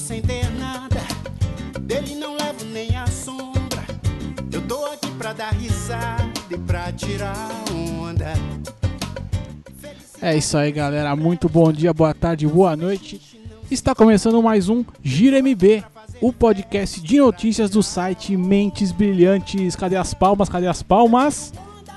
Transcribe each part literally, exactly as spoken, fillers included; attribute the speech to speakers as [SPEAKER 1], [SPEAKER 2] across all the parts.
[SPEAKER 1] sem ter nada, dele não levo nem a sombra. Eu tô aqui pra dar risada e pra tirar onda.
[SPEAKER 2] É isso aí, galera. Muito bom dia, boa tarde, boa noite. Está começando mais um Giro M B, o podcast de notícias do site Mentes Brilhantes. Cadê as palmas? Cadê as palmas?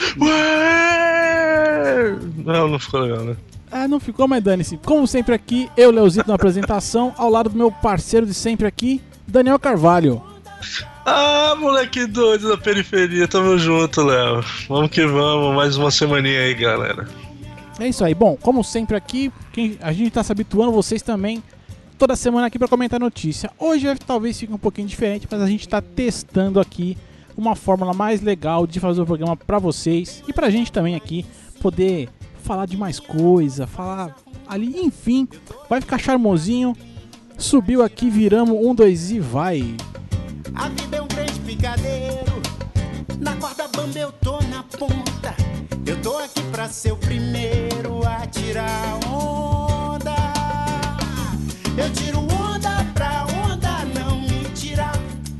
[SPEAKER 3] Ué! Não, não ficou legal, né?
[SPEAKER 2] Ah, não ficou, mas dane-se. Como sempre aqui, eu, Leozito, na apresentação, ao lado do meu parceiro de sempre aqui, Daniel Carvalho.
[SPEAKER 3] Ah, moleque doido da periferia, tamo junto, Léo. Vamos que vamos, mais uma semaninha aí, galera.
[SPEAKER 2] É isso aí. Bom, como sempre aqui, quem, a gente tá se habituando, vocês também, toda semana aqui pra comentar notícia. Hoje talvez fique um pouquinho diferente, mas a gente tá testando aqui uma fórmula mais legal de fazer o programa pra vocês e pra gente também aqui poder falar de mais coisa, falar ali, enfim, vai ficar charmosinho. Subiu aqui, viramos um, dois e vai.
[SPEAKER 1] A vida é um grande picadeiro, na corda bamba eu tô na ponta. Eu tô aqui pra ser o primeiro a tirar onda. Eu tiro onda pra onda não me tirar.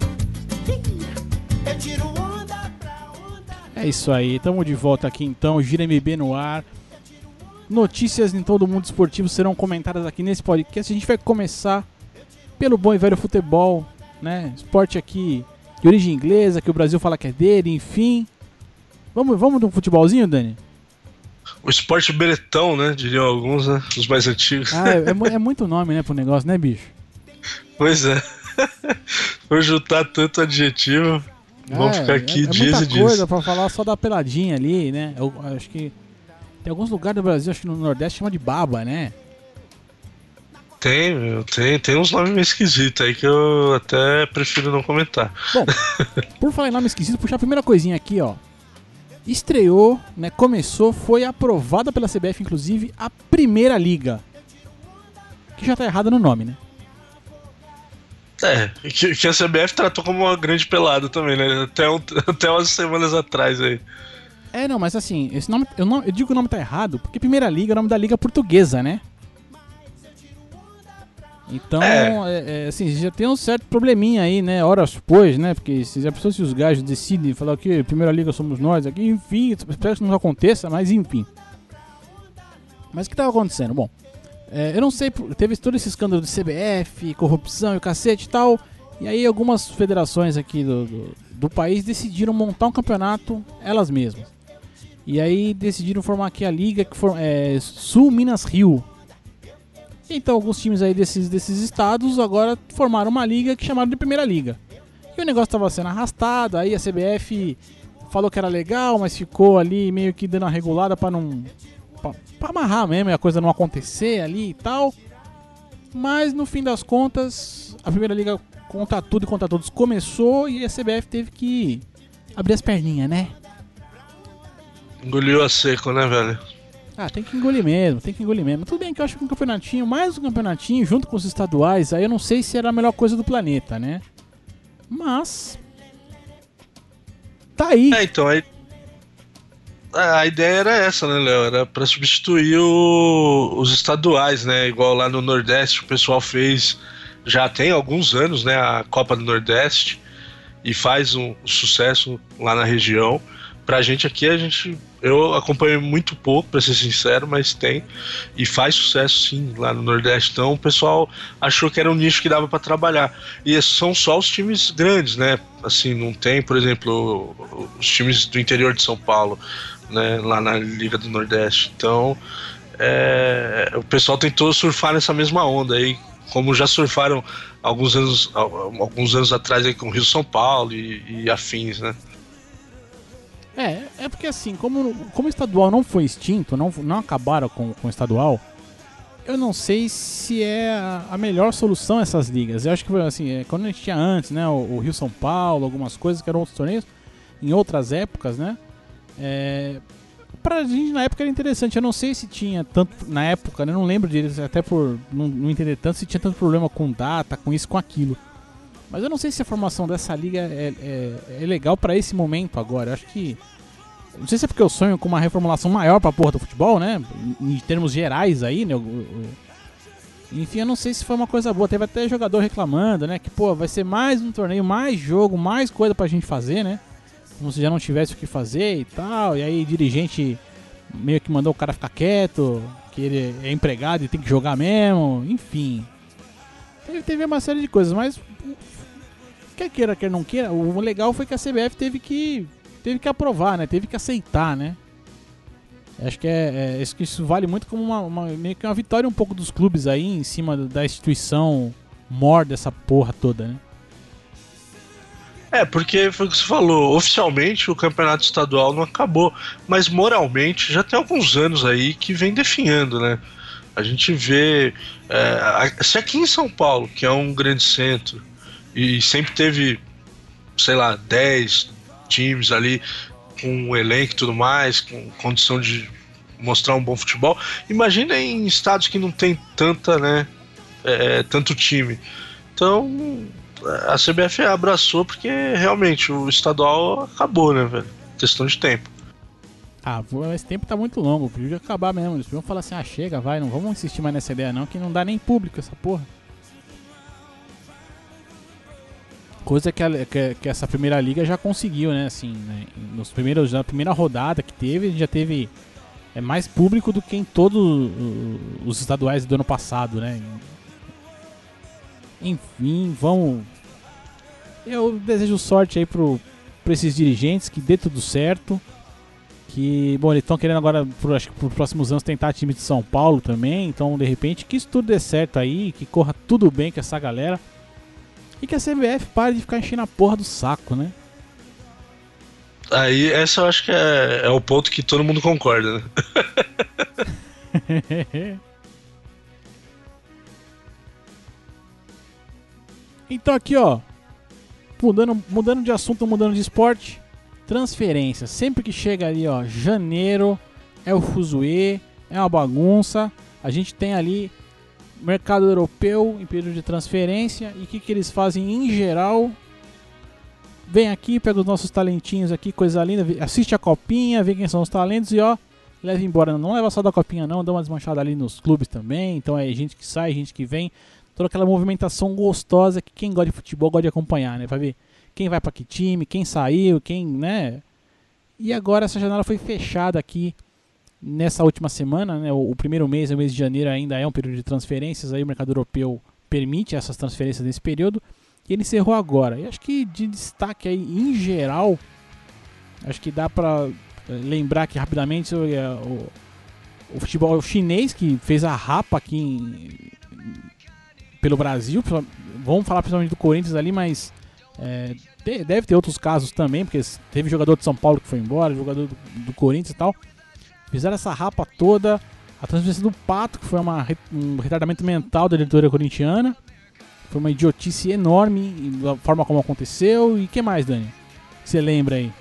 [SPEAKER 1] Eu tiro onda pra onda.
[SPEAKER 2] É isso aí, tamo de volta aqui então, Gira M B no ar. Notícias em todo o mundo esportivo serão comentadas aqui nesse podcast. A gente vai começar pelo bom e velho futebol, né? Esporte aqui de origem inglesa, que o Brasil fala que é dele, enfim. Vamos, vamos de um futebolzinho, Dani?
[SPEAKER 3] O esporte beretão, né? Diriam alguns, né? Os mais antigos.
[SPEAKER 2] Ah, é, é, é muito nome, né, pro negócio, né, bicho?
[SPEAKER 3] Pois é. Vou juntar tanto adjetivo. Vamos
[SPEAKER 2] é,
[SPEAKER 3] ficar aqui
[SPEAKER 2] é, é
[SPEAKER 3] dias e
[SPEAKER 2] muita
[SPEAKER 3] dias.
[SPEAKER 2] coisa pra falar só da peladinha ali, né? Eu acho que tem alguns lugares do Brasil, acho que no Nordeste chama de baba, né?
[SPEAKER 3] Tem, meu, tem, tem uns nomes meio esquisitos aí que eu até prefiro não comentar.
[SPEAKER 2] Bom, por falar em nome esquisito, puxar a primeira coisinha aqui, ó. Estreou, né, começou, foi aprovada pela C B F, inclusive, a Primeira Liga. Que já tá errada no nome, né?
[SPEAKER 3] É, que, que a C B F tratou como uma grande pelada também, né? Até, um, até umas semanas atrás aí.
[SPEAKER 2] É, não, mas assim, esse nome, eu, não, eu digo que o nome tá errado, porque Primeira Liga é o nome da Liga Portuguesa, né? Então, é. É, é, assim, já tem um certo probleminha aí, né, horas depois, né, porque se a pessoa, se os gajos decidem falar que Primeira Liga somos nós aqui, enfim, espero que não aconteça, mas enfim. Mas o que tava acontecendo? Bom, é, eu não sei, teve todo esse escândalo de C B F, corrupção e o cacete e tal, e aí algumas federações aqui do, do, do país decidiram montar um campeonato elas mesmas. E aí decidiram formar aqui a liga, que for, é, Sul Minas Rio. Então alguns times aí desses, desses estados agora formaram uma liga que chamaram de Primeira Liga. E o negócio estava sendo arrastado, aí a C B F falou que era legal, mas ficou ali meio que dando uma regulada para não... Pra, pra amarrar mesmo e a coisa não acontecer ali e tal. Mas no fim das contas, a Primeira Liga contra tudo e contra todos começou e a C B F teve que abrir as perninhas, né?
[SPEAKER 3] Engoliu a seco, né, velho?
[SPEAKER 2] Ah, tem que engolir mesmo, tem que engolir mesmo. Tudo bem que eu acho que um campeonatinho, mais um campeonatinho, junto com os estaduais, aí eu não sei se era a melhor coisa do planeta, né? Mas... tá aí.
[SPEAKER 3] É, então, aí... a ideia era essa, né, Léo? Era pra substituir o... os estaduais, né? Igual lá no Nordeste o pessoal fez, já tem alguns anos, né, a Copa do Nordeste, e faz um sucesso lá na região. Pra gente aqui, a gente... eu acompanho muito pouco, pra ser sincero, mas tem. E faz sucesso, sim, lá no Nordeste. Então, o pessoal achou que era um nicho que dava pra trabalhar. E são só os times grandes, né? Assim, não tem, por exemplo, os times do interior de São Paulo, né? Lá na Liga do Nordeste. Então, é... o pessoal tentou surfar nessa mesma onda aí. Como já surfaram alguns anos, alguns anos atrás aí com o Rio São Paulo e, e afins, né?
[SPEAKER 2] É, é porque assim, como, como o estadual não foi extinto, não, não acabaram com, com o estadual, eu não sei se é a, a melhor solução essas ligas. Eu acho que assim, é, quando a gente tinha antes, né, o, o Rio São Paulo, algumas coisas que eram outros torneios, em outras épocas, né, é, pra gente na época era interessante. Eu não sei se tinha tanto, na época, né, não lembro direito, até por não, não entender tanto, se tinha tanto problema com data, com isso, com aquilo. Mas eu não sei se a formação dessa liga é, é, é legal pra esse momento agora. Eu acho que... não sei se é porque eu sonho com uma reformulação maior pra porra do futebol, né? Em, em termos gerais aí, né? Eu, eu, Enfim, eu não sei se foi uma coisa boa. Teve até jogador reclamando, né? Que, pô, vai ser mais um torneio, mais jogo, mais coisa pra gente fazer, né? Como se já não tivesse o que fazer e tal. E aí, dirigente meio que mandou o cara ficar quieto, que ele é empregado e tem que jogar mesmo. Enfim. Teve, teve uma série de coisas, mas... Quer queira, quer não queira, o legal foi que a C B F teve que, teve que aprovar, né? Teve que aceitar, né? Acho que é, é, isso vale muito como uma, uma, meio que uma vitória um pouco dos clubes aí em cima da instituição mor dessa porra toda, né?
[SPEAKER 3] É, porque foi o que você falou, oficialmente o campeonato estadual não acabou, mas moralmente já tem alguns anos aí que vem definhando, né? A gente vê, é, se aqui em São Paulo, que é um grande centro, e sempre teve, sei lá, dez times ali com um elenco e tudo mais, com condição de mostrar um bom futebol. Imagina em estados que não tem tanta, né, é, tanto time. Então a C B F abraçou porque realmente o estadual acabou, né, velho? Questão de tempo.
[SPEAKER 2] Ah, esse tempo tá muito longo, podia acabar mesmo. Eles podiam falar assim, ah, chega, vai, não vamos insistir mais nessa ideia não, que não dá nem público essa porra. Coisa que, a, que, que essa primeira liga já conseguiu, né? Assim, né? Nos primeiros, na primeira rodada que teve, já teve é, mais público do que em todos os estaduais do ano passado, né? Enfim, vamos. Eu desejo sorte aí pro, pra esses dirigentes, que dê tudo certo. Que, bom, eles estão querendo agora, por, acho que por próximos anos, tentar time de São Paulo também. Então, de repente, que isso tudo dê certo aí, que corra tudo bem com essa galera. E que a C B F pare de ficar enchendo a porra do saco, né?
[SPEAKER 3] Aí, essa eu acho que é, é o ponto que todo mundo concorda, né?
[SPEAKER 2] Então aqui, ó, mudando, mudando de assunto, mudando de esporte, transferência. Sempre que chega ali, ó, janeiro, é o fuzuê, é uma bagunça. A gente tem ali mercado europeu em período de transferência. E o que, que eles fazem em geral? Vem aqui, pega os nossos talentinhos aqui, coisa linda, assiste a copinha, vê quem são os talentos e ó, leva embora. Não leva só da copinha não, dá uma desmanchada ali nos clubes também. Então é gente que sai, gente que vem. Toda aquela movimentação gostosa que quem gosta de futebol gosta de acompanhar, né? Vai ver quem vai pra que time, quem saiu, quem, né? E agora essa janela foi fechada aqui nessa última semana, né? O, o primeiro mês, o mês de janeiro, ainda é um período de transferências. Aí o mercado europeu permite essas transferências nesse período. E ele encerrou agora. E acho que de destaque aí, em geral, acho que dá pra lembrar aqui rapidamente o, o, o futebol chinês, que fez a rapa aqui em, pelo Brasil. Vamos falar principalmente do Corinthians ali, mas é, deve ter outros casos também, porque teve jogador de São Paulo que foi embora, jogador do, do Corinthians e tal. Fizeram essa rapa toda. A transferência do Pato, que foi uma, um retardamento mental da diretoria corintiana. Foi uma idiotice enorme da forma como aconteceu. E o que mais, Dani? Você lembra aí?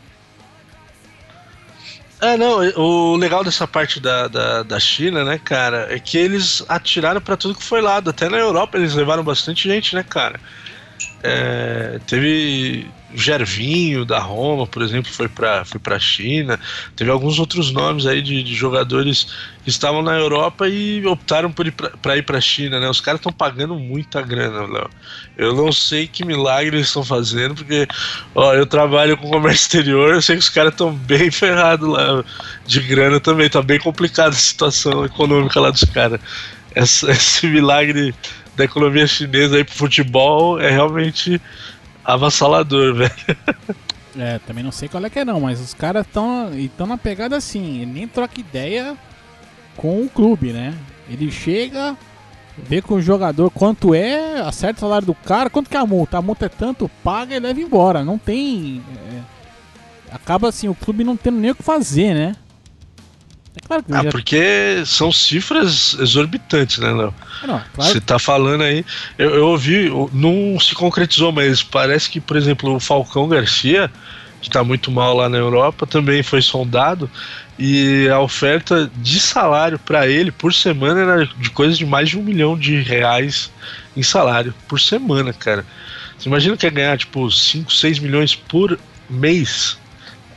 [SPEAKER 3] É, não, o legal dessa parte da, da, da China, né, cara, é que eles atiraram pra tudo que foi lado. Até na Europa eles levaram bastante gente, né, cara? É, teve Gervinho da Roma, por exemplo, foi pra, foi pra China. Teve alguns outros nomes aí de, de jogadores que estavam na Europa e optaram por ir pra, pra ir pra China, né? Os caras estão pagando muita grana, Léo. Eu não sei que milagre eles estão fazendo, porque ó, eu trabalho com comércio exterior, eu sei que os caras estão bem ferrados lá de grana também. Tá bem complicada a situação econômica lá dos caras. Esse milagre da economia chinesa aí pro futebol é realmente avassalador, velho.
[SPEAKER 2] É, também não sei qual é que é não, mas os caras estão estão na pegada assim, ele nem troca ideia com o clube, né? Ele chega, vê com o jogador quanto é, acerta o salário do cara, quanto que é a multa? A multa é tanto, paga e leva embora. Não tem... É, acaba assim, o clube não tendo nem o que fazer, né?
[SPEAKER 3] É claro que ah, já... porque são cifras exorbitantes, né, Léo? Claro. Você tá falando aí, eu, eu ouvi, não se concretizou, mas parece que, por exemplo, o Falcão Garcia, que tá muito mal lá na Europa, também foi sondado, e a oferta de salário para ele por semana era de coisa de mais de um milhão de reais em salário por semana, cara. Você imagina que é ganhar tipo cinco, seis milhões por mês?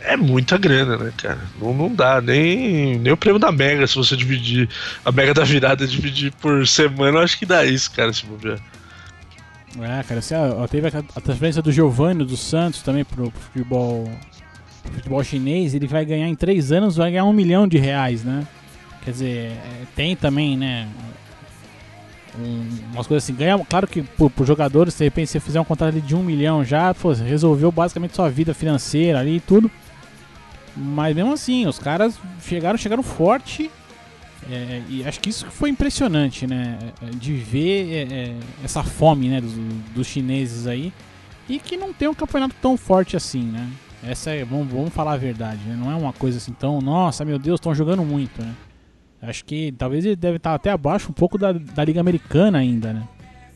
[SPEAKER 3] é muita grana, né, cara? Não, não dá, nem, nem o prêmio da Mega, se você dividir a Mega da virada, dividir por semana, eu acho que dá isso, cara, se bobear.
[SPEAKER 2] É, cara, você, ó, teve a, a transferência do Giovanni do Santos também pro, pro futebol pro futebol chinês, ele vai ganhar em três anos, vai ganhar um milhão de reais, né? Quer dizer, é, tem também, né, um, umas coisas assim, ganha, claro que pro, pro jogador, se de repente você fizer um contrato ali de um milhão já, pô, resolveu basicamente sua vida financeira ali e tudo, mas mesmo assim, os caras chegaram, chegaram forte. É, e acho que isso foi impressionante, né? De ver é, é, essa fome, né, dos, dos chineses aí. E que não tem um campeonato tão forte assim, né? Essa é, vamos, vamos falar a verdade, né? Não é uma coisa assim tão, nossa, meu Deus, estão jogando muito, né? Acho que talvez ele deve estar até abaixo um pouco da, da Liga Americana ainda, né?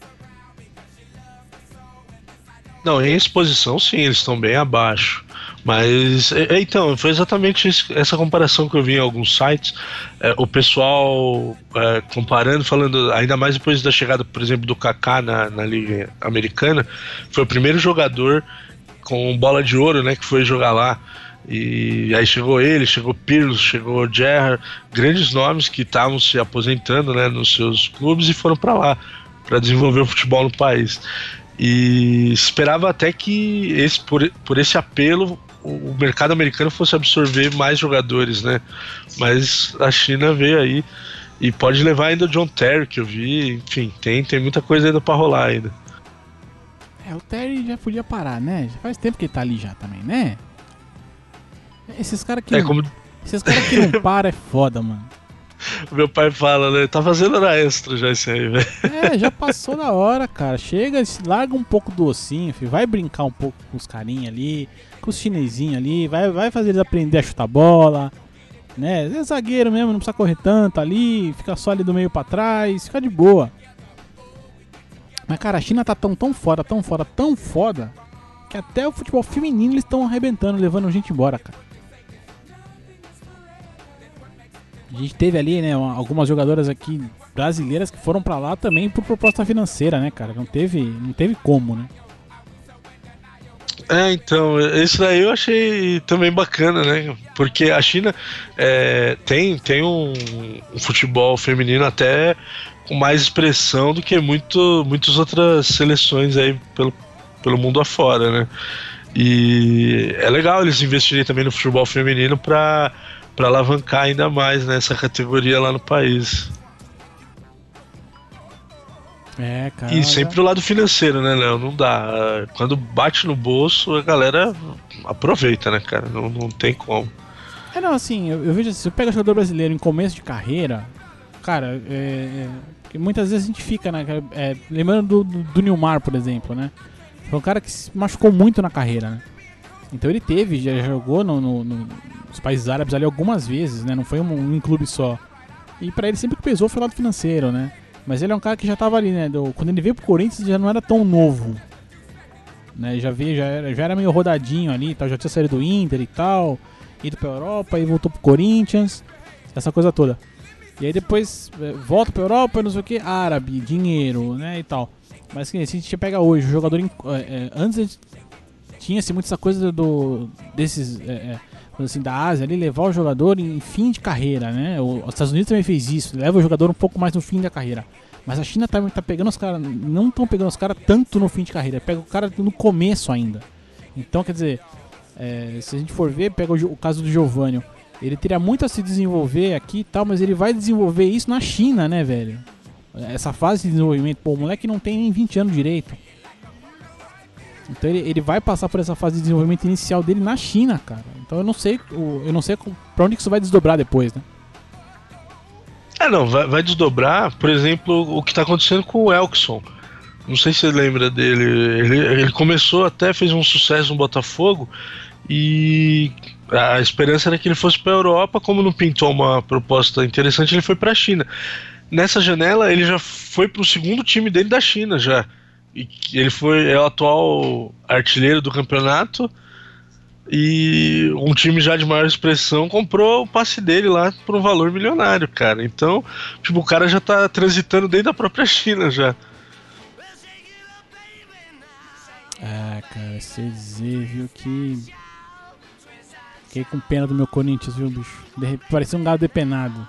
[SPEAKER 3] Não, em exposição sim, eles estão bem abaixo. Mas, é, então, foi exatamente isso, essa comparação que eu vi em alguns sites. É, o pessoal é, comparando, falando, ainda mais depois da chegada, por exemplo, do Kaká na, na Liga Americana, foi o primeiro jogador com bola de ouro, né, que foi jogar lá. E aí chegou ele, chegou Pirlo, chegou Gerrard, grandes nomes que estavam se aposentando, né, nos seus clubes e foram para lá, para desenvolver o futebol no país. E esperava até que esse, por, por esse apelo o mercado americano fosse absorver mais jogadores, né? Mas a China veio aí e pode levar ainda o John Terry, que eu vi, enfim, tem, tem muita coisa ainda pra rolar ainda.
[SPEAKER 2] É, o Terry já podia parar, né? Já faz tempo que ele tá ali já também, né? Esses caras que,
[SPEAKER 3] é,
[SPEAKER 2] não,
[SPEAKER 3] como...
[SPEAKER 2] esses cara que não param é foda, mano.
[SPEAKER 3] Meu pai fala, né? Tá fazendo hora extra já isso aí, velho.
[SPEAKER 2] É, já passou da hora, cara. Chega, larga um pouco do ossinho, filho. Vai brincar um pouco com os carinha ali, com os chinesinhos ali. Vai, vai fazer eles aprender a chutar bola, né? É zagueiro mesmo, não precisa correr tanto ali. Fica só ali do meio pra trás, fica de boa. Mas, cara, a China tá tão, tão foda, tão foda, tão foda, que até o futebol feminino eles estão arrebentando, levando gente embora, cara. A gente teve ali, né, algumas jogadoras aqui brasileiras que foram pra lá também por proposta financeira, né, cara? Não teve, não teve como, né?
[SPEAKER 3] É, então, isso daí eu achei também bacana, né? Porque a China é, tem, tem um, um futebol feminino até com mais expressão do que muito, muitas outras seleções aí pelo, pelo mundo afora, né? E é legal eles investirem também no futebol feminino pra para alavancar ainda mais nessa categoria lá no país.
[SPEAKER 2] É, cara.
[SPEAKER 3] E sempre o lado financeiro, né, Léo? Não dá. Quando bate no bolso, a galera aproveita, né, cara? Não, não tem como.
[SPEAKER 2] É, não, assim, eu, eu vejo assim, se eu pego jogador brasileiro em começo de carreira, cara, é, é, muitas vezes a gente fica, né, é, lembrando do, do, do Nilmar, por exemplo, né? Foi um cara que se machucou muito na carreira, né? Então ele teve, já jogou no, no, no, nos países árabes ali algumas vezes, né? Não foi um, um clube só. E pra ele sempre que pesou foi o lado financeiro, né? Mas ele é um cara que já tava ali, né? Do, quando ele veio pro Corinthians já não era tão novo, né? Já veio, já era, já era meio rodadinho ali, tal, já tinha saído do Inter e tal, ido pra Europa e voltou pro Corinthians, essa coisa toda. E aí depois é, volta pra Europa, não sei o que, árabe, dinheiro, né? E tal. Mas assim, se a gente pega hoje, o jogador em, é, é, antes tinha-se muito essa coisa do, desses, é, é, assim, da Ásia ali, levar o jogador em fim de carreira, né? O, os Estados Unidos também fez isso, leva o jogador um pouco mais no fim da carreira. Mas a China tá, tá pegando os caras, não estão pegando os caras tanto no fim de carreira, pega o cara no começo ainda. Então, quer dizer, é, se a gente for ver, pega o, o caso do Giovanni, ele teria muito a se desenvolver aqui e tal, mas ele vai desenvolver isso na China, né, velho? Essa fase de desenvolvimento, pô, o moleque não tem nem vinte anos direito. Então ele, ele vai passar por essa fase de desenvolvimento inicial dele na China, cara. Então eu não sei, eu não sei pra onde que isso vai desdobrar depois, né?
[SPEAKER 3] É, não, vai, vai desdobrar, por exemplo, o que tá acontecendo com o Elkson. Não sei se você lembra dele. Ele, ele começou até, fez um sucesso no Botafogo e a esperança era que ele fosse pra Europa. Como não pintou uma proposta interessante, ele foi pra China. Nessa janela ele já foi pro segundo time dele da China já. E ele foi, é o atual artilheiro do campeonato. E um time já de maior expressão comprou o passe dele lá por um valor milionário, cara. Então, tipo, o cara já tá transitando dentro da própria China já.
[SPEAKER 2] Ah, cara, você dizer, viu, que... fiquei com pena do meu Corinthians, viu, bicho? De... Parecia um gado depenado.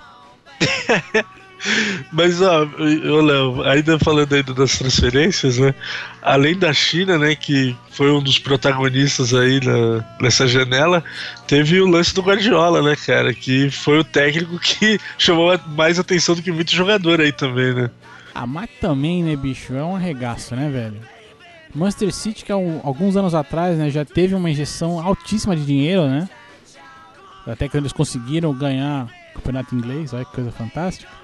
[SPEAKER 3] Mas, ó, ô Léo, ainda falando ainda das transferências, né? Além da China, né, que foi um dos protagonistas aí na, nessa janela, teve o lance do Guardiola, né, cara? Que foi o técnico que chamou mais atenção do que muito jogador aí também, né?
[SPEAKER 2] Ah, mas também, né, bicho? É um arregaço, né, velho? Manchester City, que há um, alguns anos atrás, né, já teve uma injeção altíssima de dinheiro, né? Até que eles conseguiram ganhar o campeonato inglês, olha que coisa fantástica.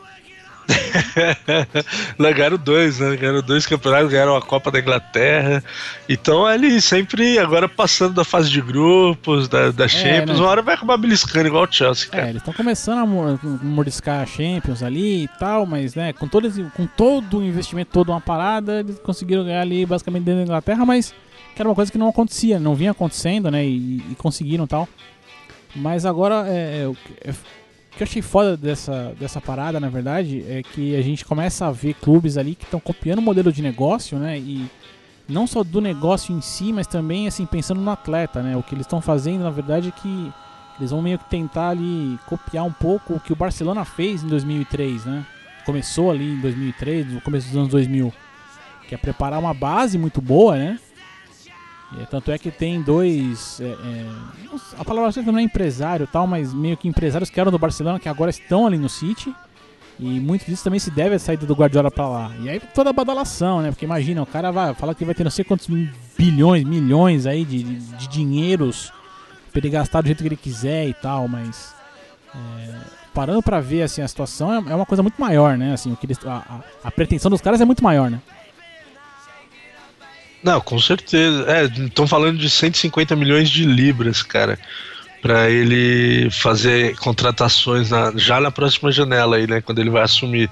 [SPEAKER 3] Ganharam dois, né? Ganharam dois campeonatos, ganharam a Copa da Inglaterra. Então ele sempre agora passando da fase de grupos, da, da Champions, é, né? Uma hora vai acabar beliscando igual o Chelsea, cara.
[SPEAKER 2] É, eles estão começando a mordiscar a Champions ali e tal, mas né, com todo, esse, com todo o investimento, toda uma parada, eles conseguiram ganhar ali basicamente dentro da Inglaterra, mas que era uma coisa que não acontecia, não vinha acontecendo, né? E, e conseguiram e tal. Mas agora é, é, é o que eu achei foda dessa, dessa parada, na verdade, é que a gente começa a ver clubes ali que estão copiando o modelo de negócio, né? E não só do negócio em si, mas também, assim, pensando no atleta, né? O que eles estão fazendo, na verdade, é que eles vão meio que tentar ali copiar um pouco o que o Barcelona fez em dois mil e três, né? Começou ali em dois mil e três, no começo dos anos dois mil, que é preparar uma base muito boa, né? É, tanto é que tem dois, é, é, a palavra certa não é empresário tal, mas meio que empresários que eram do Barcelona, que agora estão ali no City. E muito disso também se deve à saída do Guardiola pra lá. E aí toda a badalação, né? Porque imagina, o cara vai falar que vai ter não sei quantos bilhões, milhões aí de, de, de dinheiros pra ele gastar do jeito que ele quiser e tal, mas é, parando pra ver assim, a situação é, é uma coisa muito maior, né? Assim, o que eles, a, a, a pretensão dos caras é muito maior, né?
[SPEAKER 3] Não, com certeza. É, estão falando de cento e cinquenta milhões de libras, cara, pra ele fazer contratações na, já na próxima janela aí, né, quando ele vai assumir.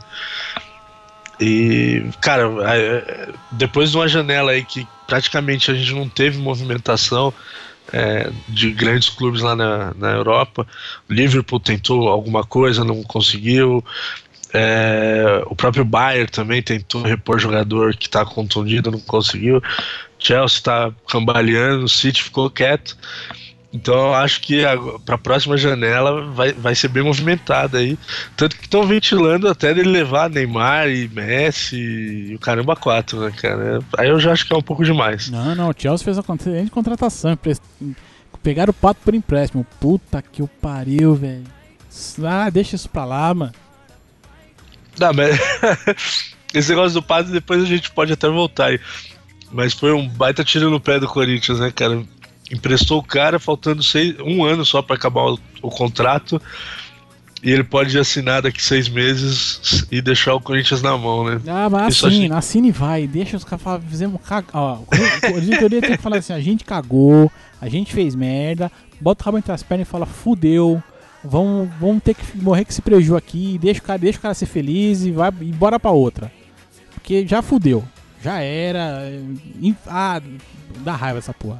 [SPEAKER 3] E, cara, depois de uma janela aí que praticamente a gente não teve movimentação é, de grandes clubes lá na, na Europa, o Liverpool tentou alguma coisa, não conseguiu. É, o próprio Bayern também tentou repor jogador que está contundido, não conseguiu. Chelsea está cambaleando, o City ficou quieto. Então eu acho que para a próxima janela vai, vai ser bem movimentada aí. Tanto que estão ventilando até dele levar Neymar e Messi e o caramba quatro, né, cara? Aí eu já acho que é um pouco demais.
[SPEAKER 2] Não, não, o Chelsea fez uma grande contratação. Pegaram o Pato por empréstimo. Puta que o pariu, velho. Ah, deixa isso pra lá, mano.
[SPEAKER 3] Não, mas esse negócio do Pato depois a gente pode até voltar aí. Mas foi um baita tiro no pé do Corinthians, né, cara? Emprestou o cara faltando seis, um ano só pra acabar o, o contrato. E ele pode assinar daqui seis meses e deixar o Corinthians na mão, né?
[SPEAKER 2] Ah, mas
[SPEAKER 3] Isso
[SPEAKER 2] assina,
[SPEAKER 3] gente... assina
[SPEAKER 2] e vai. Deixa os caras falar, fizemos cagar. Ó, a diretoria tem que falar assim, a gente cagou, a gente fez merda, bota o rabo entre as pernas e fala, fudeu. Vamos, vamos ter que morrer com esse prejuízo aqui, deixa o, cara, deixa o cara ser feliz e vai e bora pra outra. Porque já fudeu. Já era. Ah, dá raiva essa porra.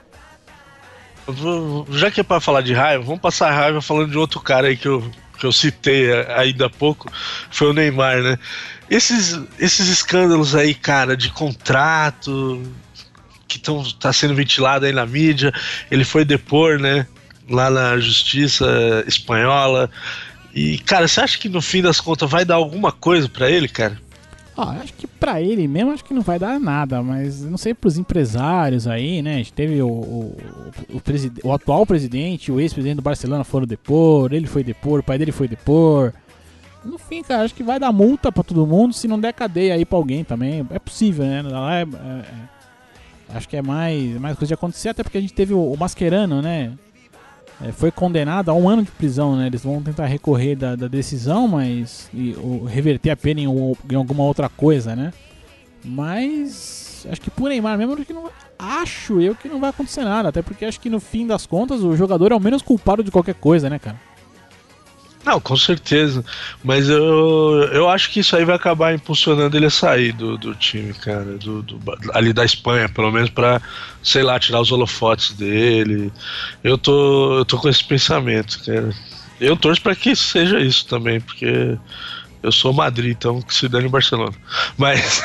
[SPEAKER 3] Já que é pra falar de raiva, vamos passar raiva falando de outro cara aí que eu, que eu citei ainda há pouco, foi o Neymar, né? Esses, esses escândalos aí, cara, de contrato que tão, tá sendo ventilado aí na mídia, ele foi depor, né? Lá na justiça espanhola. E, cara, você acha que no fim das contas vai dar alguma coisa pra ele, cara?
[SPEAKER 2] Ah, acho que pra ele mesmo acho que não vai dar nada, mas não sei pros empresários aí, né? A gente teve o, o, o, preside- o atual presidente, o ex-presidente do Barcelona foram depor, ele foi depor, o pai dele foi depor. No fim, cara, acho que vai dar multa pra todo mundo, se não der cadeia aí pra alguém também. É possível, né? Lá é, é, é, acho que é mais, mais coisa de acontecer, até porque a gente teve o, o Mascherano, né? É, foi condenado a um ano de prisão, né? Eles vão tentar recorrer da, da decisão, mas e, ou, reverter a pena em, em alguma outra coisa, né? Mas acho que por Neymar mesmo acho, que não, acho eu que não vai acontecer nada, até porque acho que no fim das contas o jogador é o menos culpado de qualquer coisa, né, cara?
[SPEAKER 3] Não, com certeza. Mas eu, eu acho que isso aí vai acabar impulsionando ele a sair do, do time, cara. Do, do, ali da Espanha, pelo menos pra, sei lá, tirar os holofotes dele. Eu tô, eu tô com esse pensamento, cara. Eu torço pra que seja isso também, porque eu sou Madrid, então que se dane em Barcelona. Mas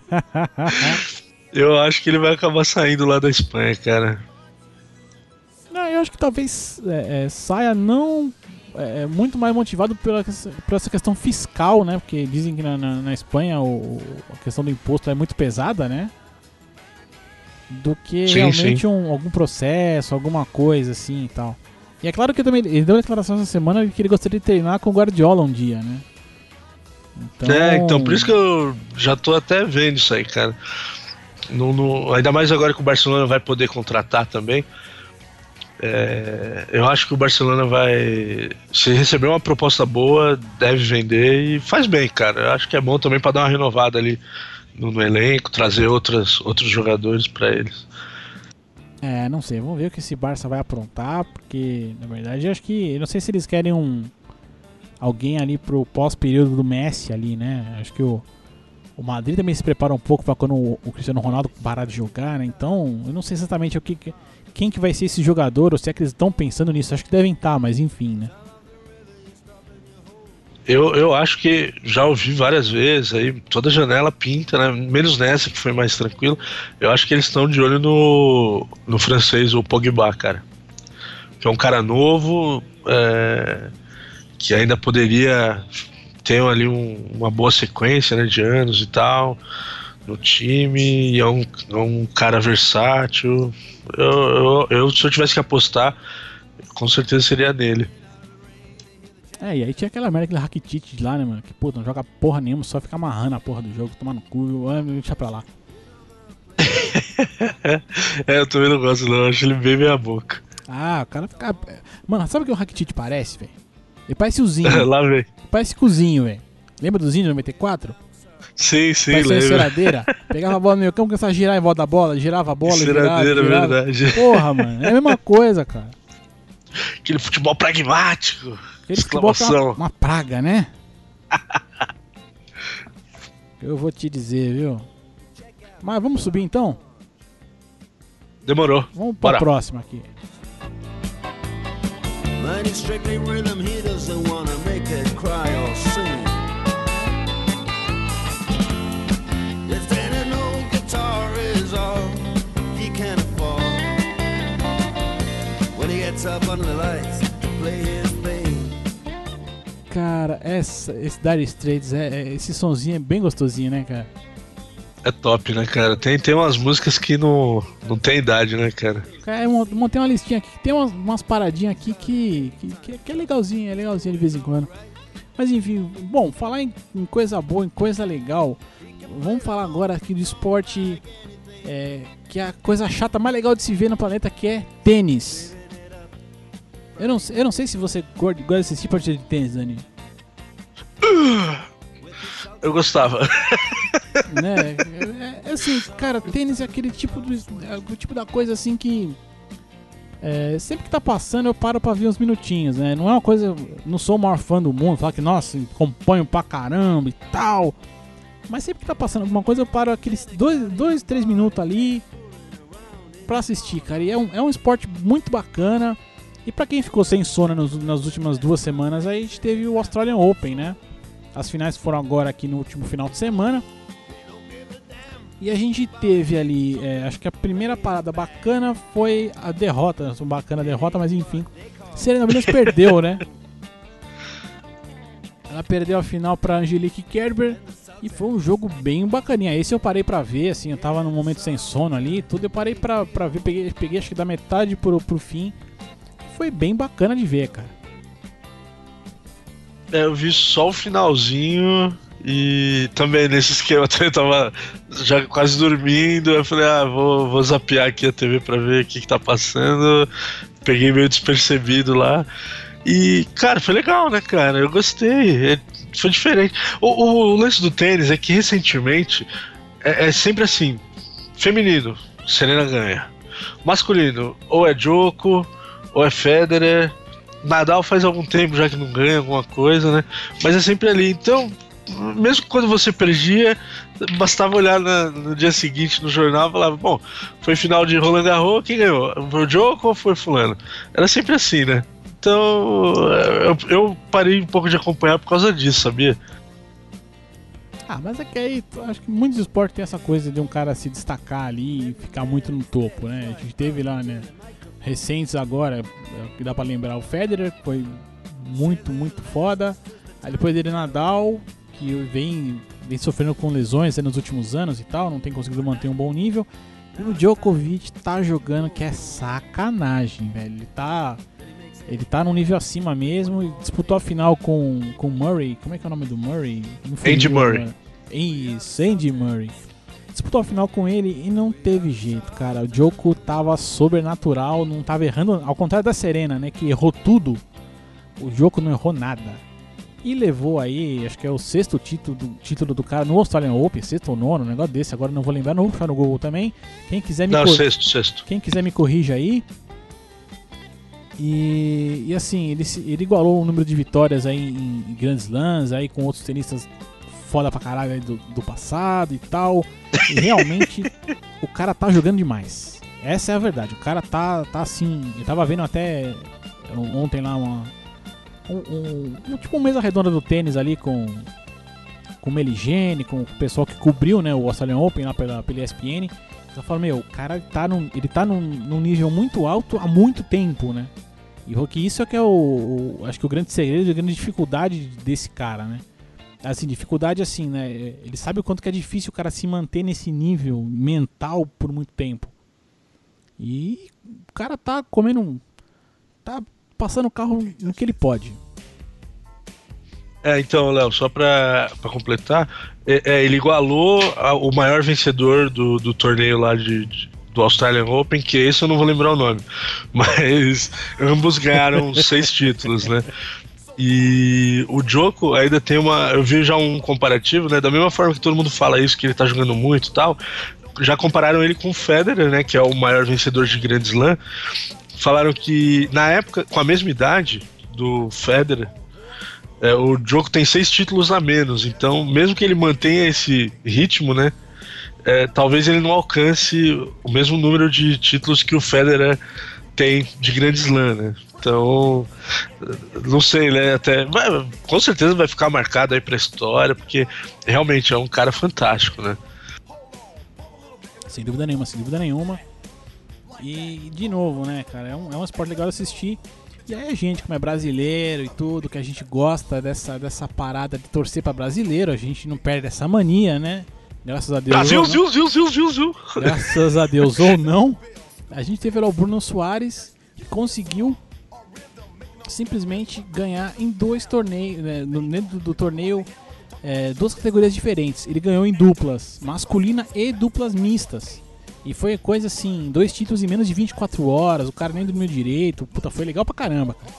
[SPEAKER 3] eu acho que ele vai acabar saindo lá da Espanha, cara.
[SPEAKER 2] eu acho que talvez é, é, saia não é, muito mais motivado pela, por essa questão fiscal, né? Porque dizem que na, na, na Espanha o, a questão do imposto é muito pesada, né? Do que sim, realmente sim. Um, algum processo, alguma coisa assim e tal. E é claro que também ele deu uma declaração essa semana que ele gostaria de treinar com o Guardiola um dia, né?
[SPEAKER 3] Então... É, então por isso que eu já tô até vendo isso aí, cara. No, no, ainda mais agora que o Barcelona vai poder contratar também. É, eu acho que o Barcelona vai, se receber uma proposta boa, deve vender e faz bem, cara. Eu acho que é bom também para dar uma renovada ali no, no elenco, trazer outras, outros jogadores para eles.
[SPEAKER 2] É, não sei, vamos ver o que esse Barça vai aprontar, porque na verdade eu acho que, eu não sei se eles querem um alguém ali pro pós-período do Messi ali, né? Acho que o O Madrid também se prepara um pouco para quando o, o Cristiano Ronaldo parar de jogar, né? Então, eu não sei exatamente o que, quem que vai ser esse jogador, ou se é que eles estão pensando nisso. Acho que devem estar, mas enfim, né?
[SPEAKER 3] Eu, eu acho que já ouvi várias vezes, aí toda janela pinta, né? Menos nessa que foi mais tranquilo. Eu acho que eles estão de olho no, no francês, o Pogba, cara. Que é um cara novo, é, que ainda poderia... tem ali um, uma boa sequência, né, de anos e tal no time, e é um, é um cara versátil. Eu, eu, eu, se eu tivesse que apostar, com certeza seria nele.
[SPEAKER 2] É, e aí tinha aquela merda, aquele Rakitic lá, né, mano, que pô, não joga porra nenhuma, só fica amarrando a porra do jogo, tomar no cu, deixa pra lá.
[SPEAKER 3] É, eu também não gosto não, eu acho ele bem meia boca.
[SPEAKER 2] Ah, o cara fica... Mano, sabe o que o Rakitic parece, velho? Ele parece o Zinho.
[SPEAKER 3] Lá vem.
[SPEAKER 2] Parece cozinho, velho. Lembra do Zinho de noventa e quatro?
[SPEAKER 3] Sim, sim,
[SPEAKER 2] lembro. Parece
[SPEAKER 3] enceradeira.
[SPEAKER 2] Pegava a bola no meio campo, começava a girar em volta da bola, girava a bola,
[SPEAKER 3] enceradeira,
[SPEAKER 2] girava, girava.
[SPEAKER 3] Verdade.
[SPEAKER 2] Porra, mano, é a mesma coisa, cara.
[SPEAKER 3] Aquele futebol pragmático.
[SPEAKER 2] Aquele futebol que é uma, uma praga, né? Eu vou te dizer, viu? Mas vamos subir então?
[SPEAKER 3] Demorou.
[SPEAKER 2] Vamos pra Bora. próxima aqui.
[SPEAKER 1] Money strictly rhythm, he doesn't wanna make it cry or sing. If then an old guitar is all he can afford, when he gets up under the lights to play his thing.
[SPEAKER 2] Cara, essa, esse Dire Straits, é, é, esse sonzinho é bem gostosinho, né, cara?
[SPEAKER 3] É top, né, cara? Tem, tem umas músicas que não, não tem idade, né, cara?
[SPEAKER 2] Cara, eu montei uma listinha aqui, tem umas, umas paradinhas aqui que, que, que é legalzinho, é legalzinho de vez em quando. Mas enfim, bom, falar em, em coisa boa, em coisa legal, vamos falar agora aqui do esporte, é, que é a coisa chata mais legal de se ver no planeta, que é tênis. Eu não, eu não sei se você gosta desse tipo de tênis, Dani.
[SPEAKER 3] Eu gostava.
[SPEAKER 2] Né? É, é assim, cara, tênis é aquele tipo, do, é o tipo da coisa assim que é, sempre que tá passando eu paro pra ver uns minutinhos, né? Não é uma coisa, não sou o maior fã do mundo, falar que nossa, acompanho pra caramba e tal. Mas sempre que tá passando alguma coisa eu paro aqueles dois, dois três minutos ali pra assistir, cara. E é um, é um esporte muito bacana. E pra quem ficou sem sono nos, nas últimas duas semanas, aí a gente teve o Australian Open, né? As finais foram agora aqui no último final de semana. E a gente teve ali, é, acho que a primeira parada bacana foi a derrota. Bacana a derrota, mas enfim. Serena Williams perdeu, né? Ela perdeu a final pra Angelique Kerber. E foi um jogo bem bacaninha. Esse eu parei pra ver, assim, eu tava num momento sem sono ali. Tudo eu parei pra, pra ver, peguei, peguei acho que da metade pro, pro fim. Foi bem bacana de ver, cara.
[SPEAKER 3] É, eu vi só o finalzinho e também nesse esquema eu tava já quase dormindo. Eu falei, ah, vou, vou zapear aqui a T V pra ver o que, que tá passando. Peguei meio despercebido lá. E, cara, foi legal, né, cara? Eu gostei. É, foi diferente. O, o, o lance do tênis é que recentemente é, é sempre assim: feminino, Serena ganha. Masculino, ou é Djoko, ou é Federer. Nadal faz algum tempo já que não ganha alguma coisa, né? Mas é sempre ali. Então, mesmo quando você perdia, bastava olhar na, no dia seguinte no jornal e falava, bom, foi final de Roland Garros, quem ganhou? Foi o Djoko ou foi fulano? Era sempre assim, né? Então, eu, eu parei um pouco de acompanhar por causa disso, sabia?
[SPEAKER 2] Ah, mas é que aí, acho que muitos esportes tem essa coisa de um cara se destacar ali e ficar muito no topo, né? A gente teve lá, né? recentes agora, que dá pra lembrar, o Federer, que foi muito, muito foda. Aí depois dele Nadal, que vem, vem sofrendo com lesões né, nos últimos anos e tal, não tem conseguido manter um bom nível. E o Djokovic tá jogando que é sacanagem, velho. Ele tá, ele tá num nível acima mesmo. Disputou a final com o Murray. Como é que é o nome do Murray?
[SPEAKER 3] Andy Murray.
[SPEAKER 2] Isso, Andy Murray. Disputou a final com ele e não teve jeito, cara. O Djoko tava sobrenatural, não tava errando. Ao contrário da Serena, né, que errou tudo. O Djoko não errou nada. E levou aí, acho que é o sexto título do, título do cara no Australian Open, sexto ou nono, um negócio desse, agora não vou lembrar, não vou puxar no Google também. Quem quiser me
[SPEAKER 3] Não,
[SPEAKER 2] cor...
[SPEAKER 3] sexto, sexto.
[SPEAKER 2] Quem quiser me corrija aí. E, e assim, ele, ele igualou o número de vitórias aí em, em Grand Slams, aí com outros tenistas foda pra caralho aí do, do passado e tal. E realmente o cara tá jogando demais. Essa é a verdade, o cara tá, tá assim, eu tava vendo até ontem lá uma... Um, um, um, tipo uma mesa redonda do tênis ali com com o Meligene, com o pessoal que cobriu né, o Australian Open lá pela, pela E S P N. Eu falo, meu, o cara tá num, ele tá num, num nível muito alto há muito tempo, né? E que isso é que é o, o acho que o grande segredo, a grande dificuldade desse cara, né? Assim, dificuldade assim, né? Ele sabe o quanto que é difícil o cara se manter nesse nível mental por muito tempo. E o cara tá comendo um, tá passando o carro no que ele pode.
[SPEAKER 3] É, então, Léo, só pra, pra completar, é, é, ele igualou a, o maior vencedor do, do torneio lá de, de, do Australian Open, que esse eu não vou lembrar o nome, mas ambos ganharam seis títulos, né? E o Djoko ainda tem uma... Eu vi já um comparativo, né? Da mesma forma que todo mundo fala isso, que ele tá jogando muito e tal, já compararam ele com o Federer, né? Que é o maior vencedor de Grand Slam. Falaram que na época, com a mesma idade do Federer, é, o Djoko tem seis títulos a menos. Então, mesmo que ele mantenha esse ritmo, né? É, talvez ele não alcance o mesmo número de títulos que o Federer tem de Grand Slam, né? Então, não sei, né? Até, vai, com certeza vai ficar marcado aí pra história, porque realmente é um cara fantástico, né?
[SPEAKER 2] Sem dúvida nenhuma, sem dúvida nenhuma. E, de novo, né, cara, é um, é um esporte legal de assistir. E aí a gente, como é brasileiro e tudo, que a gente gosta dessa, dessa parada de torcer pra brasileiro, a gente não perde essa mania, né? Graças a Deus.
[SPEAKER 3] Brasil, Zil, Zil, Zil, Zil, Zil.
[SPEAKER 2] Graças a Deus ou não, a gente teve lá o Bruno Soares, que conseguiu simplesmente ganhar em dois torneios, né, dentro do torneio, é, duas categorias diferentes. Ele ganhou em duplas, masculina e duplas mistas. E foi coisa assim, dois títulos em menos de vinte e quatro horas, o cara nem dormiu direito, puta, foi legal pra caramba, cara.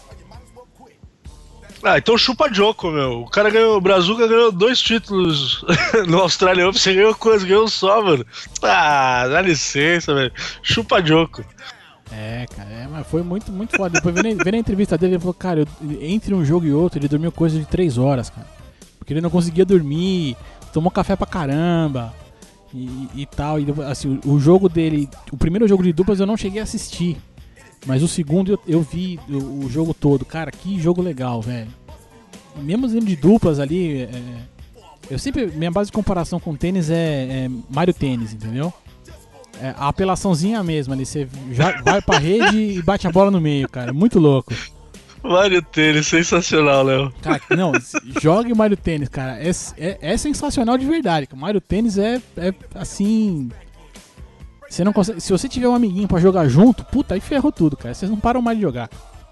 [SPEAKER 3] Ah, então chupa Djoko, meu. O cara ganhou, o Brazuca ganhou dois títulos no Australian Open, você ganhou coisa, ganhou só, mano. Ah, dá licença, velho. Chupa Djoko.
[SPEAKER 2] É, cara, é, mas foi muito, muito foda. Depois vendo, vendo a entrevista dele, ele falou, cara, eu, entre um jogo e outro, ele dormiu coisa de três horas, cara. Porque ele não conseguia dormir, tomou café pra caramba. E, e tal, e assim, o, o jogo dele, o primeiro jogo de duplas eu não cheguei a assistir, mas o segundo eu, eu vi o, o jogo todo. Cara, que jogo legal, velho. Mesmo sendo de duplas ali, é, eu sempre, minha base de comparação com tênis é, é Mario Tênis, entendeu? É, a apelaçãozinha é a mesma ali, você já vai pra rede e bate a bola no meio, cara, muito louco.
[SPEAKER 3] Mario Tênis, sensacional, Léo.
[SPEAKER 2] Cara, não, jogue Mario Tênis, cara. É, é, é sensacional de verdade. Mario Tênis é, é assim. Você não consegue. Se você tiver um amiguinho pra jogar junto, puta, aí ferrou tudo, cara. Vocês não param mais de jogar.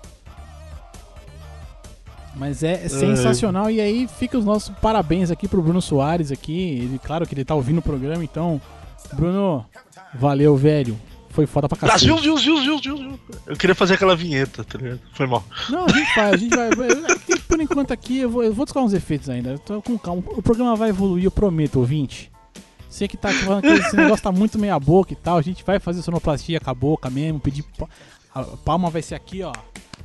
[SPEAKER 2] Mas é, é sensacional. É. E aí fica os nossos parabéns aqui pro Bruno Soares aqui. Ele, claro que ele tá ouvindo o programa, então. Bruno, valeu, velho. Foi foda pra cacete.
[SPEAKER 3] Brasil, Zil, Zil, Zil, Zil. Eu queria fazer aquela vinheta, tá ligado? Foi mal.
[SPEAKER 2] Não, a gente vai, a gente vai. Por enquanto aqui, eu vou, eu vou descolar uns efeitos ainda. Eu tô com calma. O programa vai evoluir, eu prometo, ouvinte. Você que tá falando que esse negócio tá muito meia boca e tal, a gente vai fazer sonoplastia com a boca mesmo, pedir. A palma vai ser aqui, ó.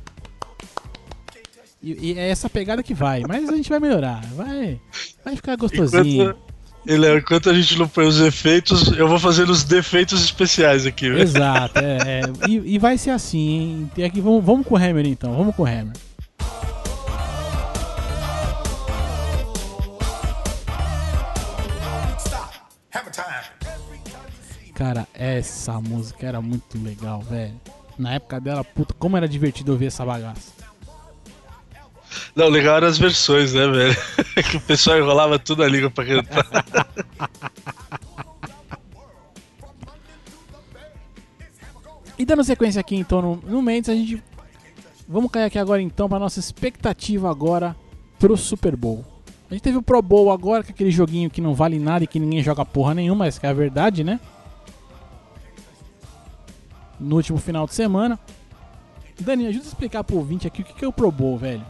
[SPEAKER 2] E, e é essa pegada que vai, mas a gente vai melhorar. Vai, vai ficar gostosinho.
[SPEAKER 3] Enquanto... E Léo, enquanto a gente não põe os efeitos, eu vou fazer os defeitos especiais aqui, velho.
[SPEAKER 2] Exato, é, é. E, e vai ser assim, hein? E aqui, vamos, vamos com o Hammer então, vamos com o Hammer. Cara, essa música era muito legal, velho. Na época dela, puta, como era divertido ver essa bagaça.
[SPEAKER 3] Não, legal eram as versões, né, velho? Que o pessoal enrolava tudo a língua pra cantar.
[SPEAKER 2] E dando sequência aqui então no, no Mendes, a gente... Vamos cair aqui agora então pra nossa expectativa agora pro Super Bowl. A gente teve o Pro Bowl agora, que é aquele joguinho que não vale nada e que ninguém joga porra nenhuma, mas que é a verdade, né? No último final de semana. Dani, ajuda a explicar pro ouvinte aqui o que é o Pro Bowl, velho.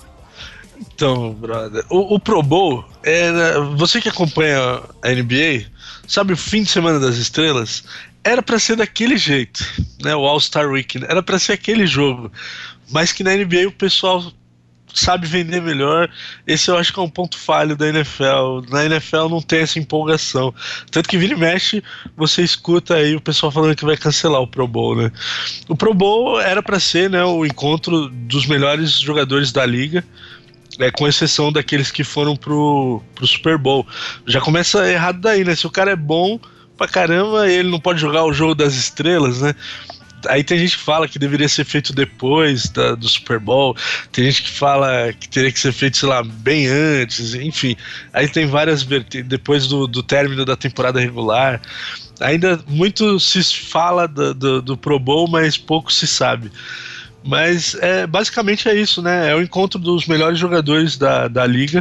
[SPEAKER 3] Então, brother, o, o Pro Bowl, é, você que acompanha a N B A, sabe o fim de semana das estrelas? Era pra ser daquele jeito, né? O All-Star Weekend, era pra ser aquele jogo. Mas que na N B A o pessoal sabe vender melhor. Esse eu acho que é um ponto falho da N F L. Na N F L não tem essa empolgação. Tanto que vira e mexe, você escuta aí o pessoal falando que vai cancelar o Pro Bowl, né? O Pro Bowl era pra ser, né, o encontro dos melhores jogadores da liga, é, com exceção daqueles que foram pro, pro Super Bowl. Já começa errado daí, né? Se o cara é bom pra caramba, ele não pode jogar o jogo das estrelas, né? Aí tem gente que fala que deveria ser feito depois da, do Super Bowl, tem gente que fala que teria que ser feito, sei lá, bem antes, enfim. Aí tem várias vertentes, depois do, do término da temporada regular. Ainda muito se fala do, do, do Pro Bowl, mas pouco se sabe. Mas é, basicamente é isso, né? É o encontro dos melhores jogadores da, da liga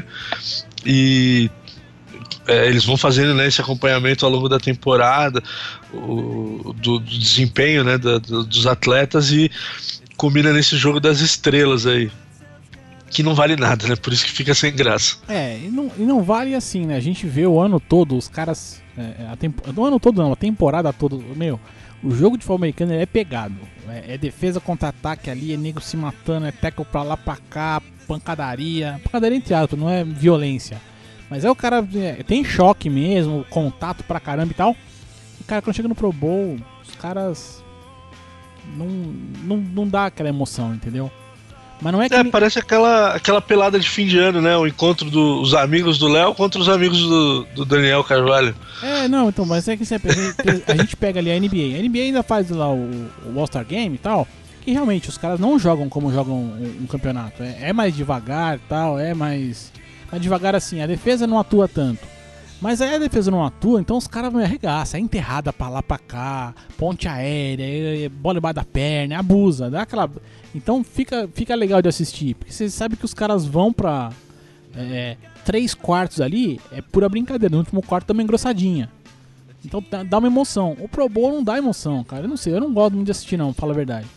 [SPEAKER 3] e é, eles vão fazendo, né, esse acompanhamento ao longo da temporada, o, do, do desempenho, né, da, do, dos atletas, e combina nesse jogo das estrelas aí, que não vale nada, né? Por isso que fica sem graça.
[SPEAKER 2] É, e não, e não vale assim, né? A gente vê o ano todo os caras... É, a tempo, o ano todo não, a temporada toda, meu... O jogo de futebol americano é pegado. É, é defesa contra ataque ali, é nego se matando, é tackle pra lá, pra cá, pancadaria. Pancadaria entre aspas, não é violência. Mas é o cara, é, tem choque mesmo, contato pra caramba e tal. E cara, quando chega no Pro Bowl, os caras não, não, não dá aquela emoção, entendeu? Mas não é que...
[SPEAKER 3] É, parece aquela, aquela pelada de fim de ano, né? O encontro dos amigos do Léo contra os amigos do, do Daniel Carvalho.
[SPEAKER 2] É, não, então, mas é que sempre, a gente pega ali a N B A. A N B A ainda faz lá o, o All-Star Game e tal, que realmente os caras não jogam como jogam um, um campeonato. É, é mais devagar e tal, é mais... mais devagar assim, a defesa não atua tanto. Mas aí a defesa não atua, então os caras vão arregaçar, é enterrada pra lá pra cá, ponte aérea, bola embaixo da perna, abusa, dá aquela... Então fica, fica legal de assistir, porque você sabe que os caras vão pra é, três quartos ali, é pura brincadeira, no último quarto também engrossadinha. Então dá uma emoção. O Pro Bowl não dá emoção, cara, eu não sei, eu não gosto muito de assistir não, fala a verdade.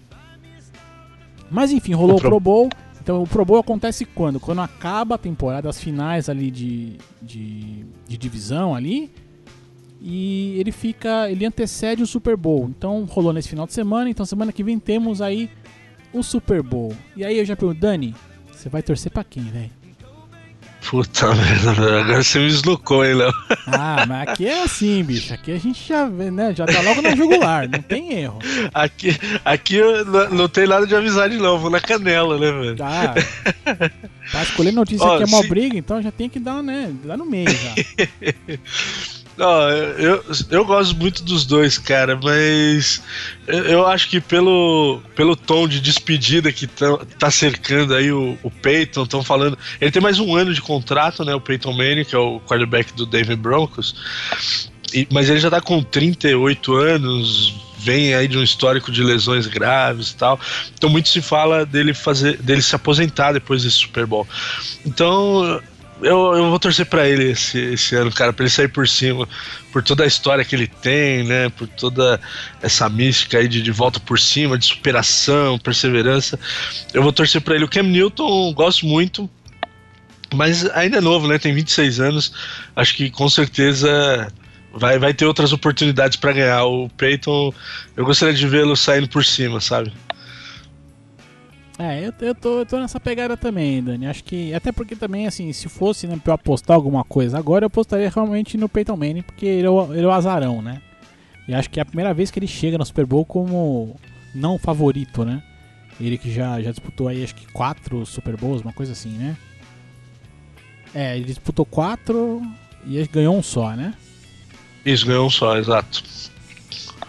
[SPEAKER 2] Mas enfim, rolou o Pro, o Pro Bowl. Então o Pro Bowl acontece quando? Quando acaba a temporada, as finais ali de, de, de divisão ali, e ele fica, ele antecede o Super Bowl. Então rolou nesse final de semana, então semana que vem temos aí o Super Bowl. E aí eu já pergunto, Dani, você vai torcer pra quem, velho?
[SPEAKER 3] Puta merda, agora você me deslocou, hein, Léo?
[SPEAKER 2] Ah, mas aqui é assim, bicho. Aqui a gente já vê, né? Já tá logo na jugular, não tem erro.
[SPEAKER 3] Aqui, aqui não, não tem nada de amizade, não. Vou na canela, né, velho?
[SPEAKER 2] Tá. Pra escolher notícia
[SPEAKER 3] Ó,
[SPEAKER 2] aqui é uma
[SPEAKER 3] se...
[SPEAKER 2] briga, então já tem que dar, né? Dar no meio já.
[SPEAKER 3] Não, eu, eu gosto muito dos dois, cara, mas eu, eu acho que pelo, pelo tom de despedida que tá, tá cercando aí o, o Peyton, estão falando. Ele tem mais um ano de contrato, né? O Peyton Manning, que é o quarterback do Denver Broncos, e, mas ele já tá com trinta e oito anos, vem aí de um histórico de lesões graves e tal. Então muito se fala dele fazer, dele se aposentar depois desse Super Bowl. Então. Eu, eu vou torcer pra ele esse, esse ano, cara, pra ele sair por cima, por toda a história que ele tem, né, por toda essa mística aí de, de volta por cima, de superação, perseverança. Eu vou torcer pra ele. O Cam Newton, gosto muito, mas ainda é novo, né, tem vinte e seis anos, acho que com certeza vai, vai ter outras oportunidades pra ganhar. O Peyton, eu gostaria de vê-lo saindo por cima, sabe?
[SPEAKER 2] É, eu, eu, tô, eu tô nessa pegada também, Dani. Acho que, até porque também, assim, se fosse, né, pra eu apostar alguma coisa agora, eu apostaria realmente no Peyton Manning, porque ele é, o, ele é o azarão, né? E acho que é a primeira vez que ele chega no Super Bowl como não favorito, né? Ele que já, já disputou aí, acho que quatro Super Bowls, uma coisa assim, né? É, ele disputou quatro e ele ganhou um só, né?
[SPEAKER 3] Isso, ganhou um só, exato.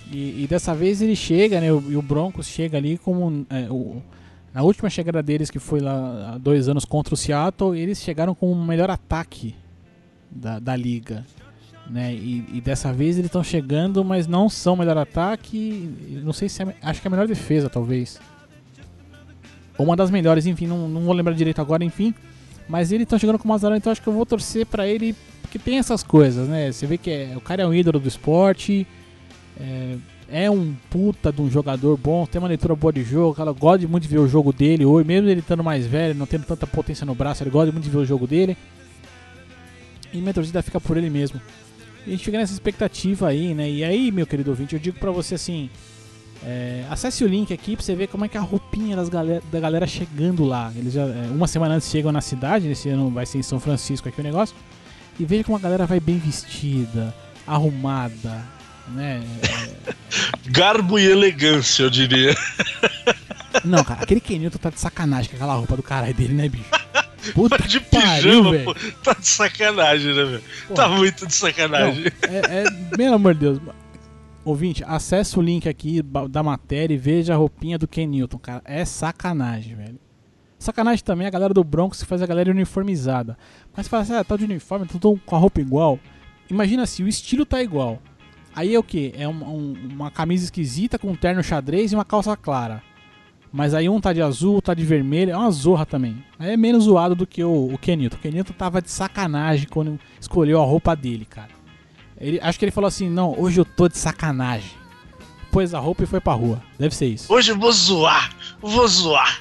[SPEAKER 2] E, e dessa vez ele chega, né? E o Broncos chega ali como... É, o, na última chegada deles, que foi lá há dois anos contra o Seattle, eles chegaram com o melhor ataque da, da liga. Né? E, e dessa vez eles estão chegando, mas não são o melhor ataque. Não sei se é... Acho que é a melhor defesa, talvez. Ou uma das melhores, enfim. Não, não vou lembrar direito agora, enfim. Mas eles estão chegando com o Mazzarão, então acho que eu vou torcer pra ele... Porque tem essas coisas, né? Você vê que é, o cara é um ídolo do esporte... É, é um puta de um jogador bom, tem uma leitura boa de jogo, ela gosta muito de ver o jogo dele hoje, mesmo ele estando mais velho, não tendo tanta potência no braço, ele gosta muito de ver o jogo dele. E minha torcida fica por ele mesmo. E a gente fica nessa expectativa aí, né? E aí, meu querido ouvinte, eu digo pra você assim, é, acesse o link aqui pra você ver como é que é a roupinha das galera, da galera chegando lá. Eles já, é, uma semana antes chegam na cidade, esse ano vai ser em São Francisco aqui o negócio. E veja como a galera vai bem vestida, arrumada, né? É...
[SPEAKER 3] Garbo e elegância, eu diria.
[SPEAKER 2] Não, cara, aquele Ken Newton tá de sacanagem com aquela roupa do caralho dele, né, bicho? Puta
[SPEAKER 3] de
[SPEAKER 2] que pariu,
[SPEAKER 3] pijama, pô. Tá de sacanagem, né, velho? Tá muito de sacanagem.
[SPEAKER 2] Não, é, é, pelo amor de Deus. Ouvinte, acessa o link aqui da matéria e veja a roupinha do Ken Newton, cara. É sacanagem, velho. Sacanagem também a galera do Broncos que faz a galera uniformizada. Mas você fala assim, ah, tá de uniforme, tô com a roupa igual. Imagina assim, o estilo tá igual. Aí é o que? É um, um, uma camisa esquisita com um terno xadrez e uma calça clara. Mas aí um tá de azul, tá de vermelho, é uma zorra também. Aí é menos zoado do que o, o Ken Newton. O Ken Newton tava de sacanagem quando escolheu a roupa dele, cara. Ele, acho que ele falou assim, não, hoje eu tô de sacanagem. Pôs a roupa e foi pra rua. Deve ser isso.
[SPEAKER 3] Hoje eu vou zoar, vou zoar.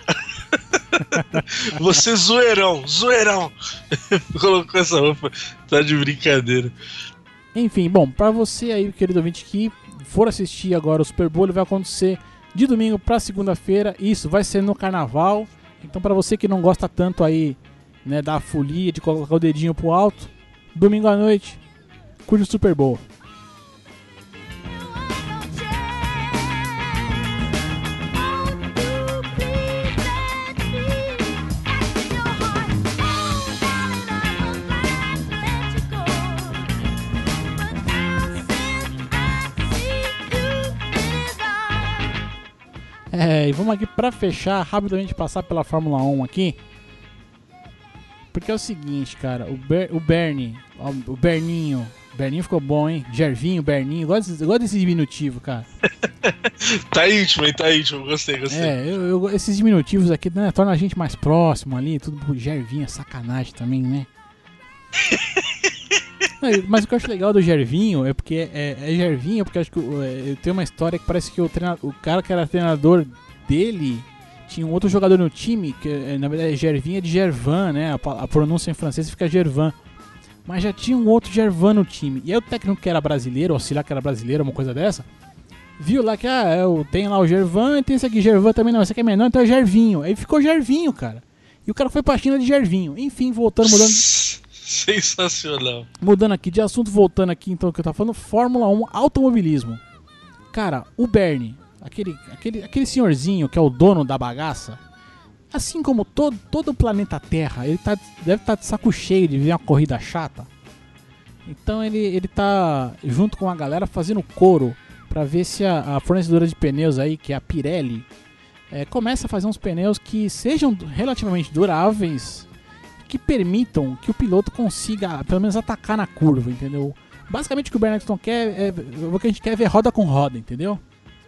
[SPEAKER 3] Você zoeirão, zoeirão. Colocou essa roupa, tá de brincadeira.
[SPEAKER 2] Enfim, bom, pra você aí, querido ouvinte, que for assistir agora o Super Bowl, vai acontecer de domingo pra segunda-feira. Isso vai ser no carnaval. Então pra você que não gosta tanto aí, né, da folia, de colocar o dedinho pro alto, domingo à noite, curte o Super Bowl. É, e vamos aqui pra fechar, rapidamente passar pela Fórmula um aqui. Porque é o seguinte, cara, o, Ber, o Bernie, o Berninho, o Berninho ficou bom, hein? Gervinho, Berninho, eu gosto, eu gosto desse diminutivo, cara.
[SPEAKER 3] Tá íntimo, hein? Tá íntimo, gostei, gostei.
[SPEAKER 2] É, eu, eu, esses diminutivos aqui, né, tornam a gente mais próximo ali, tudo pro Gervinho, é sacanagem também, né? Mas o que eu acho legal do Gervinho é porque é, é Gervinho, porque eu acho que é, eu tenho uma história que parece que o, treina, o cara que era treinador dele tinha um outro jogador no time, que na verdade Gervinho é de Gervan, né? A, a pronúncia em francês fica Gervan. Mas já tinha um outro Gervan no time. E aí o técnico que era brasileiro, o auxiliar que era brasileiro, uma coisa dessa, viu lá que ah, eu tenho lá o Gervan e tem esse aqui, Gervan também não, esse aqui é menor, então é Gervinho. Aí ficou Gervinho, cara. E o cara foi pra China de Gervinho. Enfim, voltando, mudando.
[SPEAKER 3] Sensacional.
[SPEAKER 2] Mudando aqui de assunto, voltando aqui então que eu tava falando, Fórmula um, automobilismo. Cara, o Bernie, aquele, aquele, aquele senhorzinho que é o dono da bagaça, assim como todo, todo o planeta Terra, ele tá, deve estar tá de saco cheio de ver uma corrida chata. Então ele, ele tá junto com a galera fazendo coro pra ver se a, a fornecedora de pneus aí, que é a Pirelli, é, começa a fazer uns pneus que sejam relativamente duráveis, que permitam que o piloto consiga, pelo menos, atacar na curva, entendeu? Basicamente o que o Bernardton quer é, o que a gente quer é ver roda com roda, entendeu?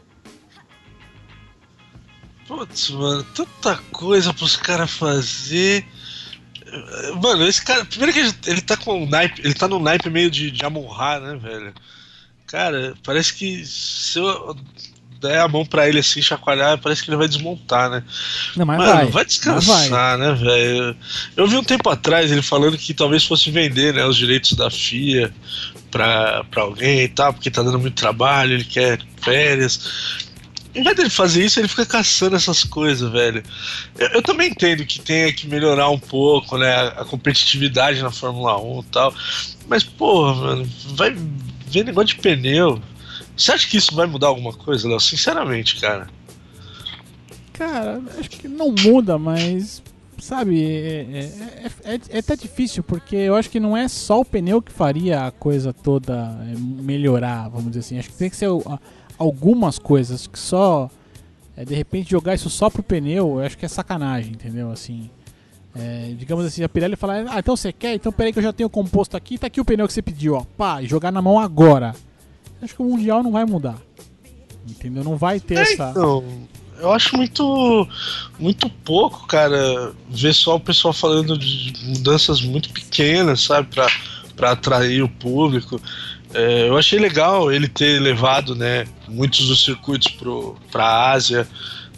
[SPEAKER 3] Putz, mano, tanta coisa pros caras fazer. Mano, esse cara, primeiro que ele, ele tá com um naipe, ele tá num naipe meio de, de Amon-Ra, né, velho? Cara, parece que se eu der a mão pra ele assim, chacoalhar, parece que ele vai desmontar, né?
[SPEAKER 2] Não, mas
[SPEAKER 3] Mano,
[SPEAKER 2] vai,
[SPEAKER 3] vai descansar, vai. né, velho? Eu vi um tempo atrás ele falando que talvez fosse vender, né, os direitos da F I A pra, pra alguém e tal, porque tá dando muito trabalho, ele quer férias. Em vez dele fazer isso, ele fica caçando essas coisas, velho. Eu, eu também entendo que tenha que melhorar um pouco, né, a, a competitividade na Fórmula um e tal. Mas, porra, mano, vai ver negócio de pneu. Você acha que isso vai mudar alguma coisa, Léo? Sinceramente, cara.
[SPEAKER 2] Cara, acho que não muda, mas sabe, é, é, é, é até difícil, porque eu acho que não é só o pneu que faria a coisa toda melhorar, vamos dizer assim. Acho que tem que ser algumas coisas que só, é, de repente, jogar isso só pro pneu, eu acho que é sacanagem, entendeu? Assim, é, digamos assim, a Pirelli falar, ah, então você quer? Então peraí que eu já tenho composto aqui, tá aqui o pneu que você pediu, ó, pá, e jogar na mão agora. Acho que o Mundial não vai mudar, entendeu? Não vai ter
[SPEAKER 3] é,
[SPEAKER 2] essa...
[SPEAKER 3] Então... Eu acho muito, muito pouco, cara, ver só o pessoal falando de mudanças muito pequenas, sabe, pra, pra atrair o público. É, eu achei legal ele ter levado, né, muitos dos circuitos pro, pra Ásia.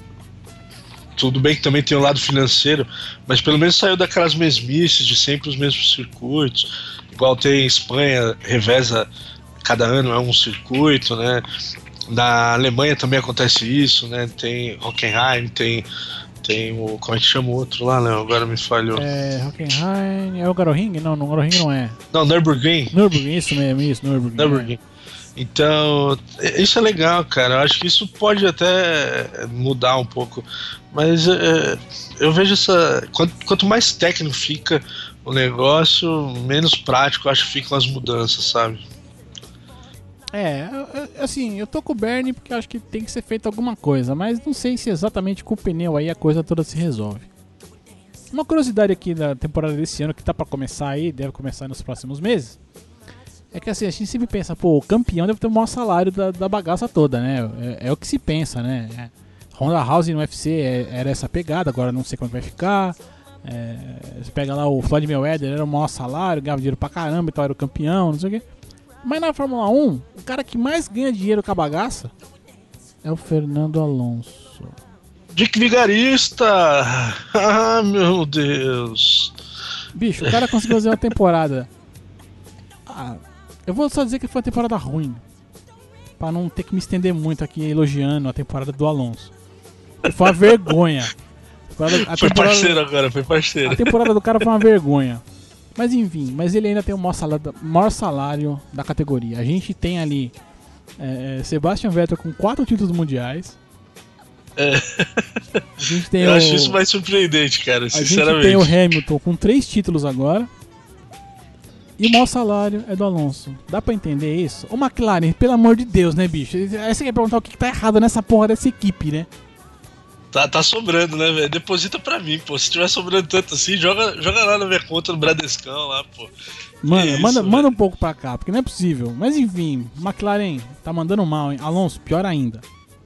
[SPEAKER 3] Tudo bem que também tem o lado financeiro, mas pelo menos saiu daquelas mesmices de sempre os mesmos circuitos. Igual tem em Espanha, reveza cada ano é um circuito, né? Na Alemanha também acontece isso, né? Tem Hockenheim, tem, tem o... Como é que chama o outro lá, né? Agora me falhou.
[SPEAKER 2] É, Hockenheim... É o Garoring? Não, não, o Garoring não é.
[SPEAKER 3] Não, Nürburgring.
[SPEAKER 2] Nürburgring, isso mesmo, isso, Nürburgring.
[SPEAKER 3] Nürburgring. É. Então, isso é legal, cara. Eu acho que isso pode até mudar um pouco. Mas é, eu vejo essa... Quanto, quanto mais técnico fica o negócio, menos prático eu acho que ficam as mudanças, sabe?
[SPEAKER 2] É, assim, eu tô com o Bernie porque eu acho que tem que ser feito alguma coisa, mas não sei se exatamente com o pneu aí a coisa toda se resolve. Uma curiosidade aqui da temporada desse ano que tá pra começar aí, deve começar nos próximos meses, é que assim, a gente sempre pensa, pô, o campeão deve ter o maior salário da, da bagaça toda, né? É, é o que se pensa, né? É, Honda House no U F C é, era essa pegada, agora não sei como é que vai ficar. É, você pega lá o Floyd Mayweather, era o maior salário, ganhava dinheiro pra caramba e tal, era o campeão, não sei o quê. Mas na Fórmula um, o cara que mais ganha dinheiro com a bagaça é o Fernando Alonso.
[SPEAKER 3] Dick Vigarista! Ah, meu Deus!
[SPEAKER 2] Bicho, o cara conseguiu fazer uma temporada. Ah, eu vou só dizer que foi uma temporada ruim, pra não ter que me estender muito aqui elogiando a temporada do Alonso. Foi uma vergonha. A temporada,
[SPEAKER 3] foi parceiro agora, foi parceiro.
[SPEAKER 2] A temporada do cara foi uma vergonha. Mas enfim, mas ele ainda tem o maior salário, maior salário da categoria. A gente tem ali é, Sebastian Vettel com quatro títulos mundiais.
[SPEAKER 3] É.
[SPEAKER 2] A gente tem
[SPEAKER 3] Eu
[SPEAKER 2] o,
[SPEAKER 3] acho isso mais surpreendente, cara, sinceramente.
[SPEAKER 2] A gente tem o Hamilton com três títulos agora. E o maior salário é do Alonso. Dá pra entender isso? Ô McLaren, pelo amor de Deus, né, bicho? Aí você quer perguntar o que tá errado nessa porra dessa equipe, né?
[SPEAKER 3] Tá, tá sobrando, né, velho? Deposita pra mim, pô. Se tiver sobrando tanto assim, joga, joga lá na minha conta no Bradescão lá, pô.
[SPEAKER 2] Manda,
[SPEAKER 3] isso,
[SPEAKER 2] manda,
[SPEAKER 3] velho?
[SPEAKER 2] manda um pouco pra cá, porque não é possível. Mas enfim, McLaren tá mandando mal, hein? Alonso, pior ainda.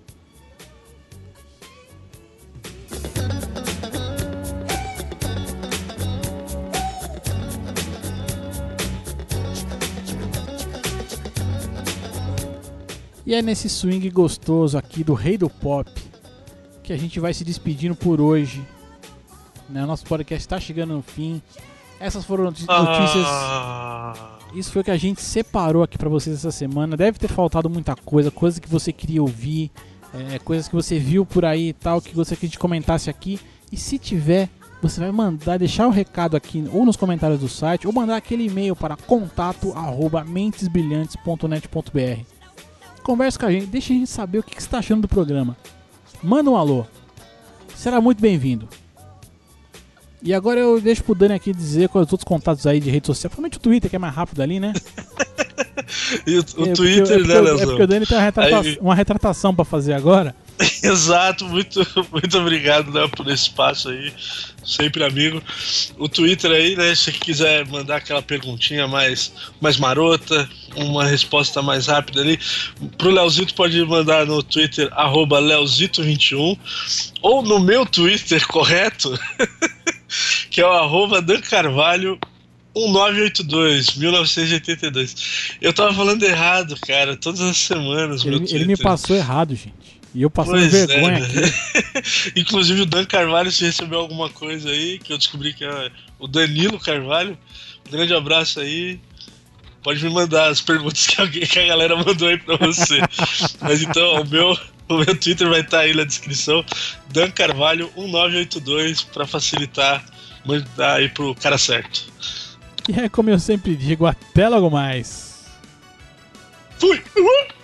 [SPEAKER 2] E é nesse swing gostoso aqui do Rei do Pop que a gente vai se despedindo por hoje, né? O nosso podcast está chegando no fim. Essas foram notícias.
[SPEAKER 3] Ah.
[SPEAKER 2] Isso foi o que a gente separou aqui pra vocês essa semana. Deve ter faltado muita coisa, coisas que você queria ouvir, é, coisas que você viu por aí e tal, que você queria que a gente comentasse aqui. E se tiver, você vai mandar, deixar o recado aqui ou nos comentários do site, ou mandar aquele e-mail para contato arroba mentes brilhantes ponto net ponto b r. Conversa com a gente, deixa a gente saber o que você está achando do programa. Manda um alô. Será muito bem-vindo. E agora eu deixo pro Dani aqui dizer quais os outros contatos aí de rede social. Principalmente o Twitter, que é mais rápido ali, né?
[SPEAKER 3] E o, o
[SPEAKER 2] é,
[SPEAKER 3] Twitter,
[SPEAKER 2] porque,
[SPEAKER 3] né,
[SPEAKER 2] é
[SPEAKER 3] Leozão?
[SPEAKER 2] É porque o Dani tem uma retrata-
[SPEAKER 3] Aí...
[SPEAKER 2] uma retratação pra fazer agora.
[SPEAKER 3] Exato, muito, muito obrigado, né, por esse espaço aí, sempre amigo. O Twitter aí, né, se quiser mandar aquela perguntinha mais, mais marota, uma resposta mais rápida ali, pro Leozito pode mandar no Twitter, arroba Leozito vinte e um, ou no meu Twitter correto, que é o arroba Dan Carvalho um nove oito dois, mil novecentos e oitenta e dois. Eu tava falando errado, cara, todas as semanas.
[SPEAKER 2] Ele,
[SPEAKER 3] meu
[SPEAKER 2] ele
[SPEAKER 3] Twitter.
[SPEAKER 2] me passou errado, gente. E eu passando
[SPEAKER 3] Pois
[SPEAKER 2] vergonha
[SPEAKER 3] é,
[SPEAKER 2] aqui.
[SPEAKER 3] né? Inclusive o Dan Carvalho, se recebeu alguma coisa aí, que eu descobri que é o Danilo Carvalho. Um grande abraço aí. Pode me mandar as perguntas que, alguém, que a galera mandou aí pra você. Mas então, o meu, o meu Twitter vai estar aí na descrição. Dan Carvalho um nove oito dois, pra facilitar, mandar aí pro cara certo.
[SPEAKER 2] E é como eu sempre digo, até logo mais.
[SPEAKER 3] Fui! Uhul!